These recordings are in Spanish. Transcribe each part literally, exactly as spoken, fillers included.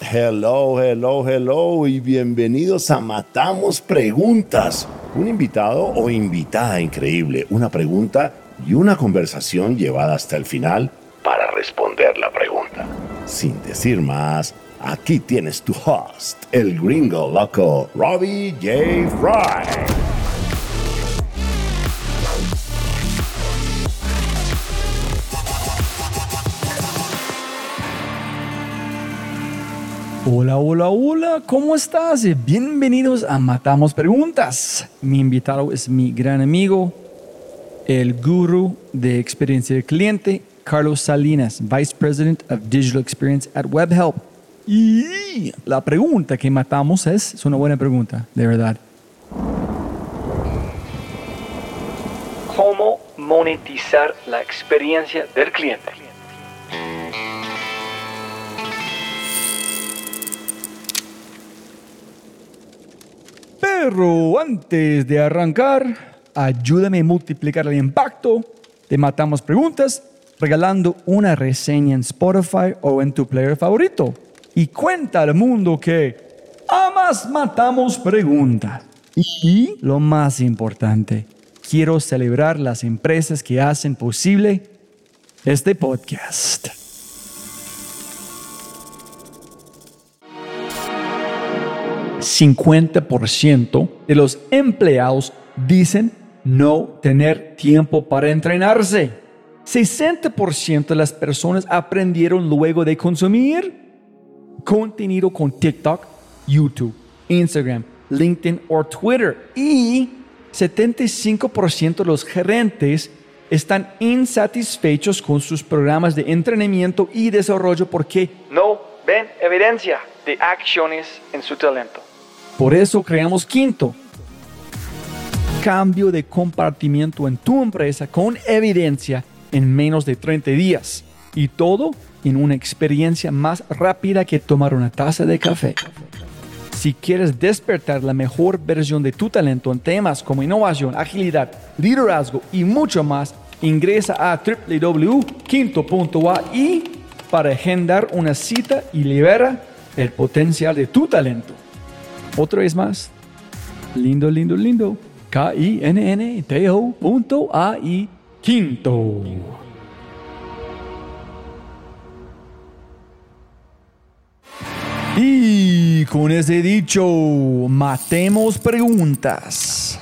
Hello, hello, hello y bienvenidos a Matamos Preguntas. Un invitado o invitada increíble, una pregunta y una conversación llevada hasta el final para responder la pregunta. Sin decir más, aquí tienes tu host, el gringo loco, Robbie J. Fry. Hola, hola, hola, ¿cómo estás? Bienvenidos a Matamos Preguntas. Mi invitado es mi gran amigo, el gurú de experiencia del cliente, Carlos Salinas, Vice President of Digital Experience at WebHelp. Y la pregunta que matamos es, es una buena pregunta, de verdad. ¿Cómo monetizar la experiencia del cliente? Pero antes de arrancar, ayúdame a multiplicar el impacto de Matamos Preguntas regalando una reseña en Spotify o en tu player favorito. Y cuenta al mundo que amas Matamos Preguntas. Y lo más importante, quiero celebrar las empresas que hacen posible este podcast. cincuenta por ciento de los empleados dicen no tener tiempo para entrenarse. sesenta por ciento de las personas aprendieron luego de consumir contenido con TikTok, YouTube, Instagram, LinkedIn o Twitter. Y setenta y cinco por ciento de los gerentes están insatisfechos con sus programas de entrenamiento y desarrollo porque no ven evidencia de acciones en su talento. Por eso creamos Quinto. Cambio de compartimiento en tu empresa con evidencia en menos de treinta días. Y todo en una experiencia más rápida que tomar una taza de café. Si quieres despertar la mejor versión de tu talento en temas como innovación, agilidad, liderazgo y mucho más, ingresa a doble u doble u doble u punto quinto punto a i para agendar una cita y libera el potencial de tu talento. Otra vez más, lindo, lindo, lindo, K I N N T O punto A I, Quinto. Y con ese dicho, matemos preguntas.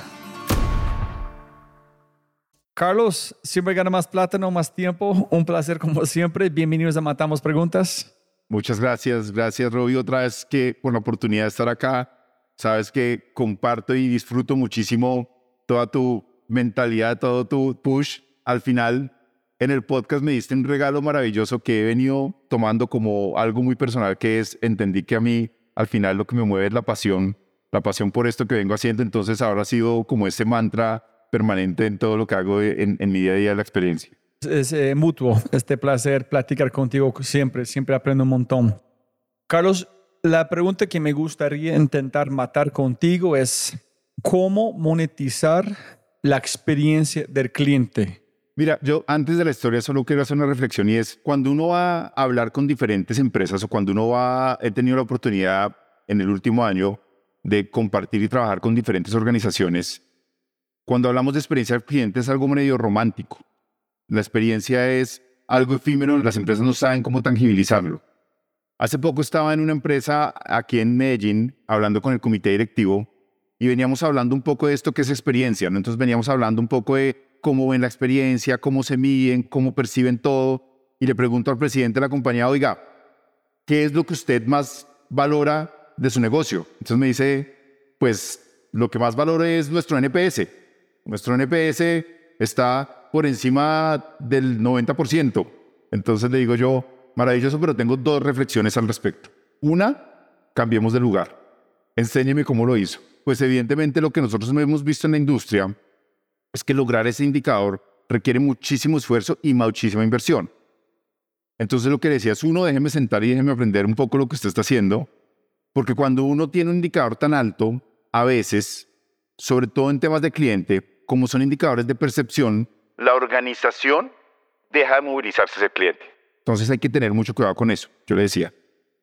Carlos, siempre gana más plátano, más tiempo. Un placer como siempre. Bienvenidos a Matamos Preguntas. Muchas gracias. Gracias, Robbie, otra vez que por la oportunidad de estar acá. Sabes que comparto y disfruto muchísimo toda tu mentalidad, todo tu push. Al final, en el podcast me diste un regalo maravilloso que he venido tomando como algo muy personal, que es, entendí que a mí, al final, lo que me mueve es la pasión, la pasión por esto que vengo haciendo. Entonces, ahora ha sido como ese mantra permanente en todo lo que hago en, en mi día a día, la experiencia. Es eh, mutuo este placer platicar contigo siempre, siempre aprendo un montón. Carlos, la pregunta que me gustaría intentar matar contigo es ¿cómo monetizar la experiencia del cliente? Mira, yo antes de la historia solo quiero hacer una reflexión y es cuando uno va a hablar con diferentes empresas o cuando uno va, he tenido la oportunidad en el último año de compartir y trabajar con diferentes organizaciones. Cuando hablamos de experiencia del cliente es algo medio romántico. La experiencia es algo efímero, las empresas no saben cómo tangibilizarlo. Hace poco estaba en una empresa aquí en Medellín hablando con el comité directivo y veníamos hablando un poco de esto que es experiencia, ¿no? Entonces veníamos hablando un poco de cómo ven la experiencia, cómo se miden, cómo perciben todo. Y le pregunto al presidente de la compañía, oiga, ¿qué es lo que usted más valora de su negocio? Entonces me dice, pues lo que más valoro es nuestro N P S. Nuestro N P S está por encima del noventa por ciento. Entonces le digo yo, maravilloso, pero tengo dos reflexiones al respecto. Una, cambiemos de lugar. Enséñeme cómo lo hizo. Pues evidentemente lo que nosotros hemos visto en la industria es que lograr ese indicador requiere muchísimo esfuerzo y muchísima inversión. Entonces lo que decía es, uno, déjeme sentar y déjeme aprender un poco lo que usted está haciendo, porque cuando uno tiene un indicador tan alto, a veces, sobre todo en temas de cliente, como son indicadores de percepción, la organización deja de movilizarse ese cliente. Entonces hay que tener mucho cuidado con eso, yo le decía.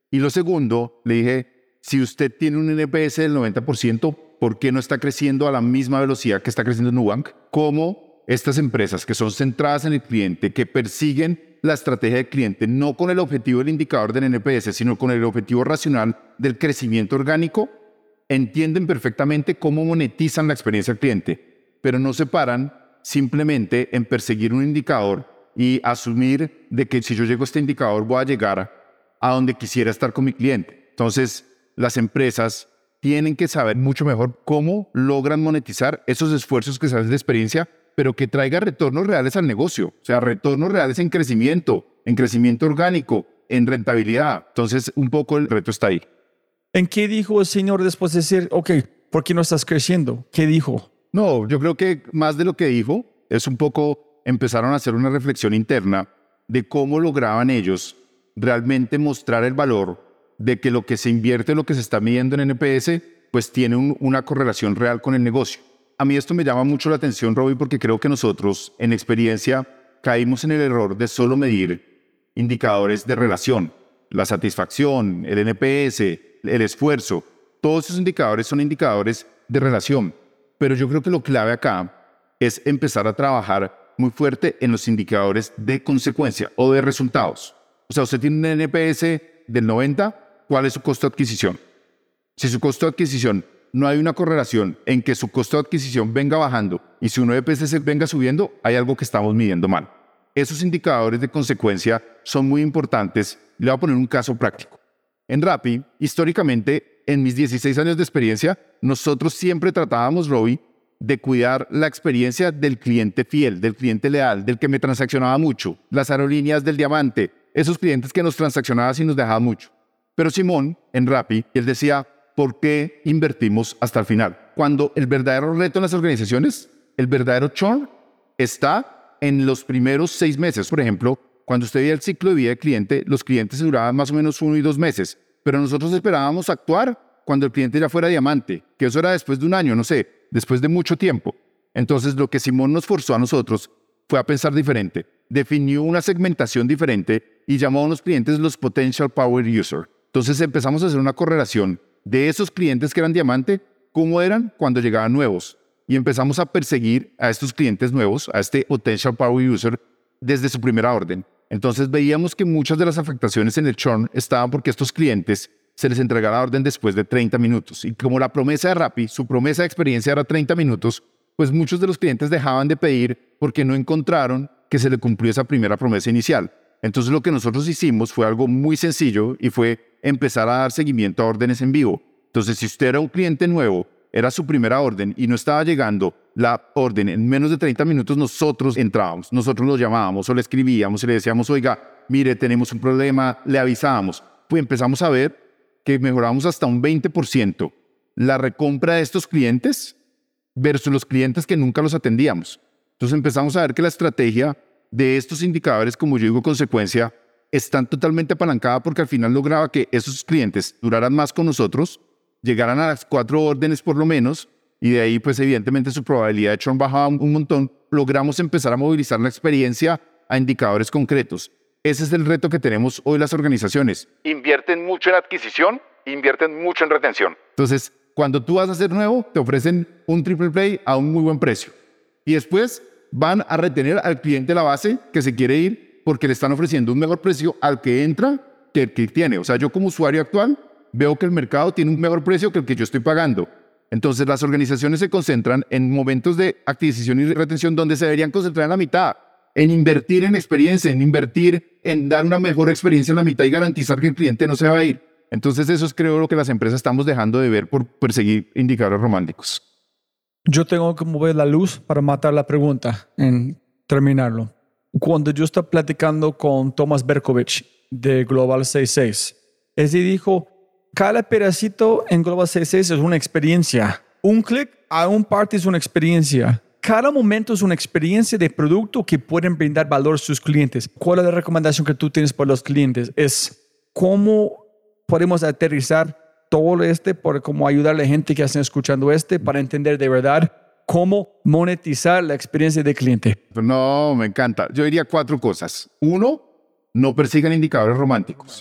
Y lo segundo, le dije, si usted tiene un N P S del noventa por ciento, ¿por qué no está creciendo a la misma velocidad que está creciendo Nubank? ¿Cómo estas empresas que son centradas en el cliente, que persiguen la estrategia del cliente, no con el objetivo del indicador del N P S, sino con el objetivo racional del crecimiento orgánico, entienden perfectamente cómo monetizan la experiencia del cliente, pero no se paran simplemente en perseguir un indicador y asumir de que si yo llego a este indicador voy a llegar a donde quisiera estar con mi cliente. Entonces, las empresas tienen que saber mucho mejor cómo logran monetizar esos esfuerzos que se hacen de experiencia, pero que traiga retornos reales al negocio. O sea, retornos reales en crecimiento, en crecimiento orgánico, en rentabilidad. Entonces, un poco el reto está ahí. ¿En qué dijo el señor después de decir, ok, ¿por qué no estás creciendo? ¿Qué dijo? No, yo creo que más de lo que dijo es un poco, empezaron a hacer una reflexión interna de cómo lograban ellos realmente mostrar el valor de que lo que se invierte, lo que se está midiendo en N P S, pues tiene un, una correlación real con el negocio. A mí esto me llama mucho la atención, Robbie, porque creo que nosotros en experiencia caímos en el error de solo medir indicadores de relación, la satisfacción, el N P S, el esfuerzo. Todos esos indicadores son indicadores de relación, pero yo creo que lo clave acá es empezar a trabajar muy fuerte en los indicadores de consecuencia o de resultados. O sea, usted tiene un N P S del noventa, ¿cuál es su costo de adquisición? Si su costo de adquisición no hay una correlación en que su costo de adquisición venga bajando y su N P S venga subiendo, hay algo que estamos midiendo mal. Esos indicadores de consecuencia son muy importantes. Le voy a poner un caso práctico. En Rappi, históricamente, en mis dieciséis años de experiencia, nosotros siempre tratábamos, Robbie, de cuidar la experiencia del cliente fiel, del cliente leal, del que me transaccionaba mucho, las aerolíneas del diamante, esos clientes que nos transaccionaban y nos dejaban mucho. Pero Simón, en Rappi, él decía, ¿por qué invertimos hasta el final? Cuando el verdadero reto en las organizaciones, el verdadero churn, está en los primeros seis meses. Por ejemplo, cuando usted veía el ciclo de vida del cliente, los clientes duraban más o menos uno y dos meses, pero nosotros esperábamos actuar cuando el cliente ya fuera diamante, que eso era después de un año, no sé, después de mucho tiempo. Entonces, lo que Simón nos forzó a nosotros fue a pensar diferente. Definió una segmentación diferente y llamó a unos clientes los Potential Power User. Entonces, empezamos a hacer una correlación de esos clientes que eran diamante, cómo eran cuando llegaban nuevos. Y empezamos a perseguir a estos clientes nuevos, a este Potential Power User, desde su primera orden. Entonces, veíamos que muchas de las afectaciones en el churn estaban porque estos clientes se les entregaba la orden después de treinta minutos. Y como la promesa de Rappi, su promesa de experiencia era treinta minutos, pues muchos de los clientes dejaban de pedir porque no encontraron que se le cumplió esa primera promesa inicial. Entonces lo que nosotros hicimos fue algo muy sencillo y fue empezar a dar seguimiento a órdenes en vivo. Entonces, si usted era un cliente nuevo, era su primera orden y no estaba llegando la orden en menos de treinta minutos, nosotros entrábamos, nosotros lo llamábamos o le escribíamos y le decíamos, oiga, mire, tenemos un problema, le avisábamos. Pues empezamos a ver que mejoramos hasta un veinte por ciento la recompra de estos clientes versus los clientes que nunca los atendíamos. Entonces empezamos a ver que la estrategia de estos indicadores, como yo digo, consecuencia, están totalmente apalancada porque al final lograba que esos clientes duraran más con nosotros, llegaran a las cuatro órdenes por lo menos, y de ahí pues evidentemente su probabilidad de churn bajaba un montón. Logramos empezar a movilizar la experiencia a indicadores concretos. Ese es el reto que tenemos hoy las organizaciones. Invierten mucho en adquisición, invierten mucho en retención. Entonces, cuando tú vas a hacer nuevo, te ofrecen un triple play a un muy buen precio. Y después van a retener al cliente de la base que se quiere ir porque le están ofreciendo un mejor precio al que entra que el que tiene. O sea, yo como usuario actual veo que el mercado tiene un mejor precio que el que yo estoy pagando. Entonces, las organizaciones se concentran en momentos de adquisición y retención donde se deberían concentrar en la mitad. En invertir en experiencia, en invertir en dar una mejor experiencia en la mitad y garantizar que el cliente no se va a ir. Entonces eso es creo lo que las empresas estamos dejando de ver por perseguir indicadores románticos. Yo tengo que mover la luz para matar la pregunta en terminarlo. Cuando yo estaba platicando con Thomas Berkovich de Global sesenta y seis, él dijo, cada pedacito en Global sesenta y seis es una experiencia. Un clic a un parte es una experiencia. Cada momento es una experiencia de producto que pueden brindar valor a sus clientes. ¿Cuál es la recomendación que tú tienes para los clientes? Es cómo podemos aterrizar todo este, por cómo ayudarle a la gente que está escuchando este para entender de verdad cómo monetizar la experiencia del cliente. No, me encanta. Yo diría cuatro cosas. Uno, no persigan indicadores románticos.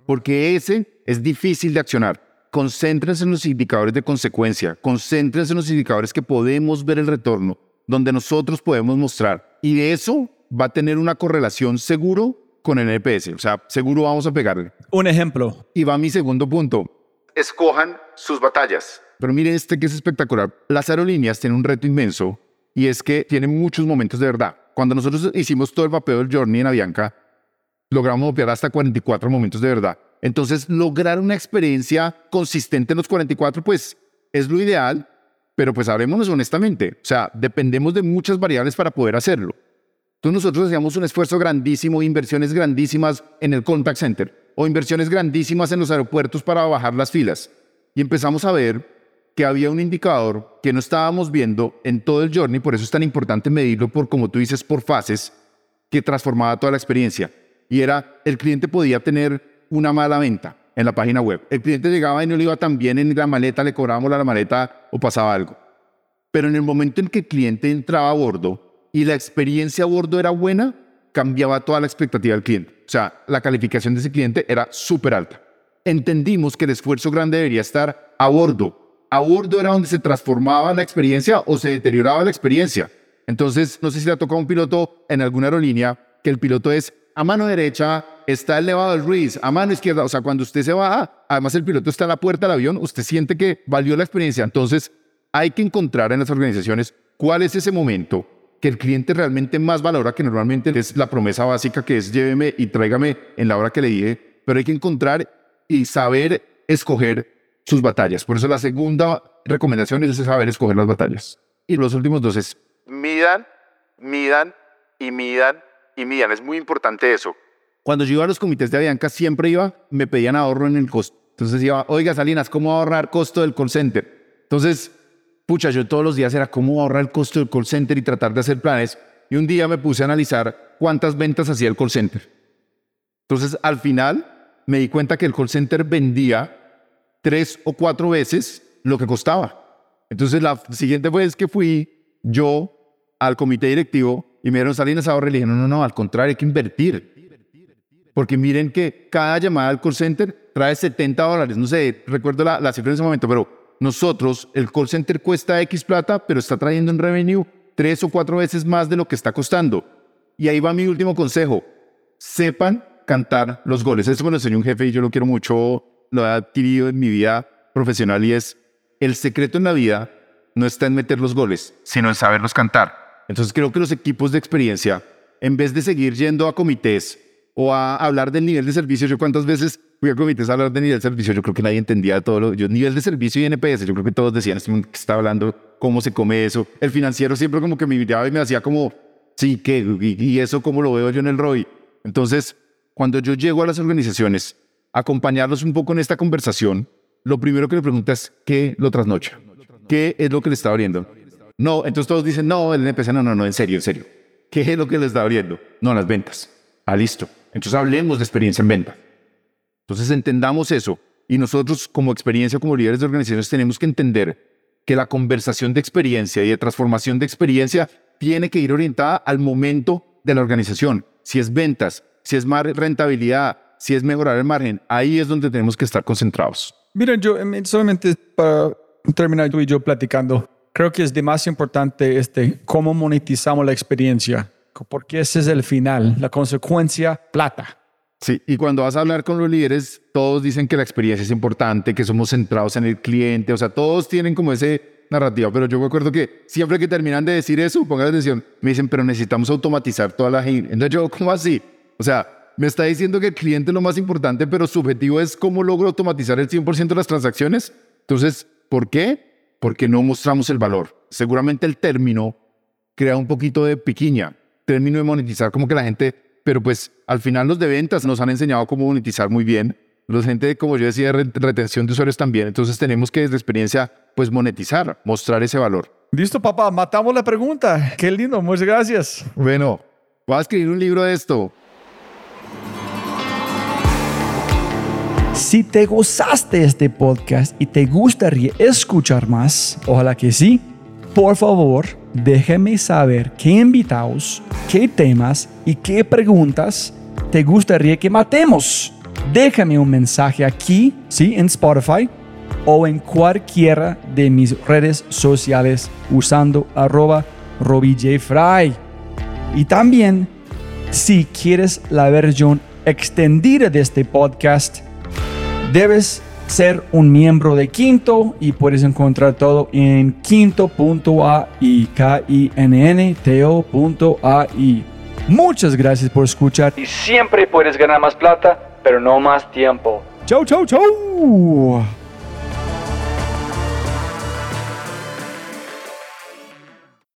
porque ese es difícil de accionar. Concéntrense en los indicadores de consecuencia, concéntrense en los indicadores que podemos ver el retorno, donde nosotros podemos mostrar. Y de eso va a tener una correlación seguro con el N P S. O sea, seguro vamos a pegarle. Un ejemplo. Y va mi segundo punto. Escojan sus batallas. Pero miren este que es espectacular. Las aerolíneas tienen un reto inmenso y es que tienen muchos momentos de verdad. Cuando nosotros hicimos todo el mapeo del Journey en Avianca, logramos mapear hasta cuarenta y cuatro momentos de verdad. Entonces, lograr una experiencia consistente en los cuarenta y cuatro, pues, es lo ideal, pero pues hablémonos honestamente. O sea, dependemos de muchas variables para poder hacerlo. Entonces, nosotros hacíamos un esfuerzo grandísimo, inversiones grandísimas en el contact center o inversiones grandísimas en los aeropuertos para bajar las filas. Y empezamos a ver que había un indicador que no estábamos viendo en todo el Journey, por eso es tan importante medirlo por, como tú dices, por fases, que transformaba toda la experiencia. Y era, el cliente podía tener una mala venta en la página web. El cliente llegaba y no le iba tan bien en la maleta, le cobrábamos la maleta o pasaba algo. Pero en el momento en que el cliente entraba a bordo y la experiencia a bordo era buena, cambiaba toda la expectativa del cliente. O sea, la calificación de ese cliente era súper alta. Entendimos que el esfuerzo grande debería estar a bordo. A bordo era donde se transformaba la experiencia o se deterioraba la experiencia. Entonces, no sé si le ha tocado a un piloto en alguna aerolínea que el piloto es a mano derecha está elevado el Ruiz, a mano izquierda, o sea, cuando usted se baja, además el piloto está en la puerta del avión, usted siente que valió la experiencia. Entonces, hay que encontrar en las organizaciones cuál es ese momento que el cliente realmente más valora, que normalmente es la promesa básica, que es lléveme y tráigame en la hora que le dije, pero hay que encontrar y saber escoger sus batallas. Por eso la segunda recomendación es saber escoger las batallas. Y los últimos dos es midan, midan y midan y midan. Es muy importante eso. Cuando yo iba a los comités de Avianca, siempre iba, me pedían ahorro en el costo. Entonces iba, oiga, Salinas, ¿cómo ahorrar costo del call center? Entonces, pucha, yo todos los días era cómo ahorrar el costo del call center y tratar de hacer planes. Y un día me puse a analizar cuántas ventas hacía el call center. Entonces, al final, me di cuenta que el call center vendía tres o cuatro veces lo que costaba. Entonces, la siguiente vez que fui yo al comité directivo y me dieron Salinas ahorro, y le dije, no, no, no, al contrario, hay que invertir. Porque miren que cada llamada al call center trae setenta dólares. No sé, recuerdo la, la cifra en ese momento, pero nosotros, el call center cuesta X plata, pero está trayendo en revenue tres o cuatro veces más de lo que está costando. Y ahí va mi último consejo. Sepan cantar los goles. Esto me lo enseñó un jefe y yo lo quiero mucho, lo he adquirido en mi vida profesional y es, el secreto en la vida no está en meter los goles, sino en saberlos cantar. Entonces creo que los equipos de experiencia, en vez de seguir yendo a comités o a hablar del nivel de servicio, yo cuántas veces fui a comités a hablar del nivel de servicio, yo creo que nadie entendía todo lo, yo nivel de servicio y N P S, yo creo que todos decían, este que está hablando, cómo se come eso. El financiero siempre como que me miraba y me hacía como, sí, ¿qué? ¿Y, y eso cómo lo veo yo en el R O I? Entonces, cuando yo llego a las organizaciones a acompañarlos un poco en esta conversación, lo primero que le pregunto es, ¿qué lo trasnocha? ¿Qué es lo que le está abriendo? No, entonces todos dicen, no, el N P S, no, no, no, en serio, en serio. ¿Qué es lo que le está abriendo? No, las ventas. Ah, listo. Entonces hablemos de experiencia en venta. Entonces entendamos eso. Y nosotros como experiencia, como líderes de organizaciones, tenemos que entender que la conversación de experiencia y de transformación de experiencia tiene que ir orientada al momento de la organización. Si es ventas, si es más rentabilidad, si es mejorar el margen, ahí es donde tenemos que estar concentrados. Miren, yo solamente para terminar tú y yo platicando, creo que es demasiado importante este, cómo monetizamos la experiencia, porque ese es el final, la consecuencia, plata. Sí, y cuando vas a hablar con los líderes, todos dicen que la experiencia es importante, que somos centrados en el cliente, o sea, todos tienen como ese narrativa, pero yo me acuerdo que siempre que terminan de decir eso, pongan atención, me dicen, pero necesitamos automatizar toda la gente. Entonces yo, ¿cómo así? O sea, me está diciendo que el cliente es lo más importante, pero su objetivo es cómo logro automatizar el cien por ciento de las transacciones. Entonces, ¿por qué? Porque no mostramos el valor. Seguramente el término crea un poquito de piquiña, término de monetizar, como que la gente, pero pues al final los de ventas nos han enseñado cómo monetizar muy bien. Los gente, como yo decía, de retención de usuarios también. Entonces tenemos que desde experiencia, pues monetizar, mostrar ese valor. Listo, papá, matamos la pregunta. Qué lindo, muchas gracias. Bueno, voy a escribir un libro de esto. Si te gozaste este podcast y te gustaría escuchar más, ojalá que sí, por favor, déjame saber qué invitados, qué temas y qué preguntas te gustaría que matemos. déjame un mensaje aquí, ¿sí? En Spotify o en cualquiera de mis redes sociales usando arroba robijfry. Y también, si quieres la versión extendida de este podcast, debes ser un miembro de Quinto y puedes encontrar todo en quinto punto a i, K I N N T O punto a i. Muchas gracias por escuchar y siempre puedes ganar más plata, pero no más tiempo. Chau, chau, chau.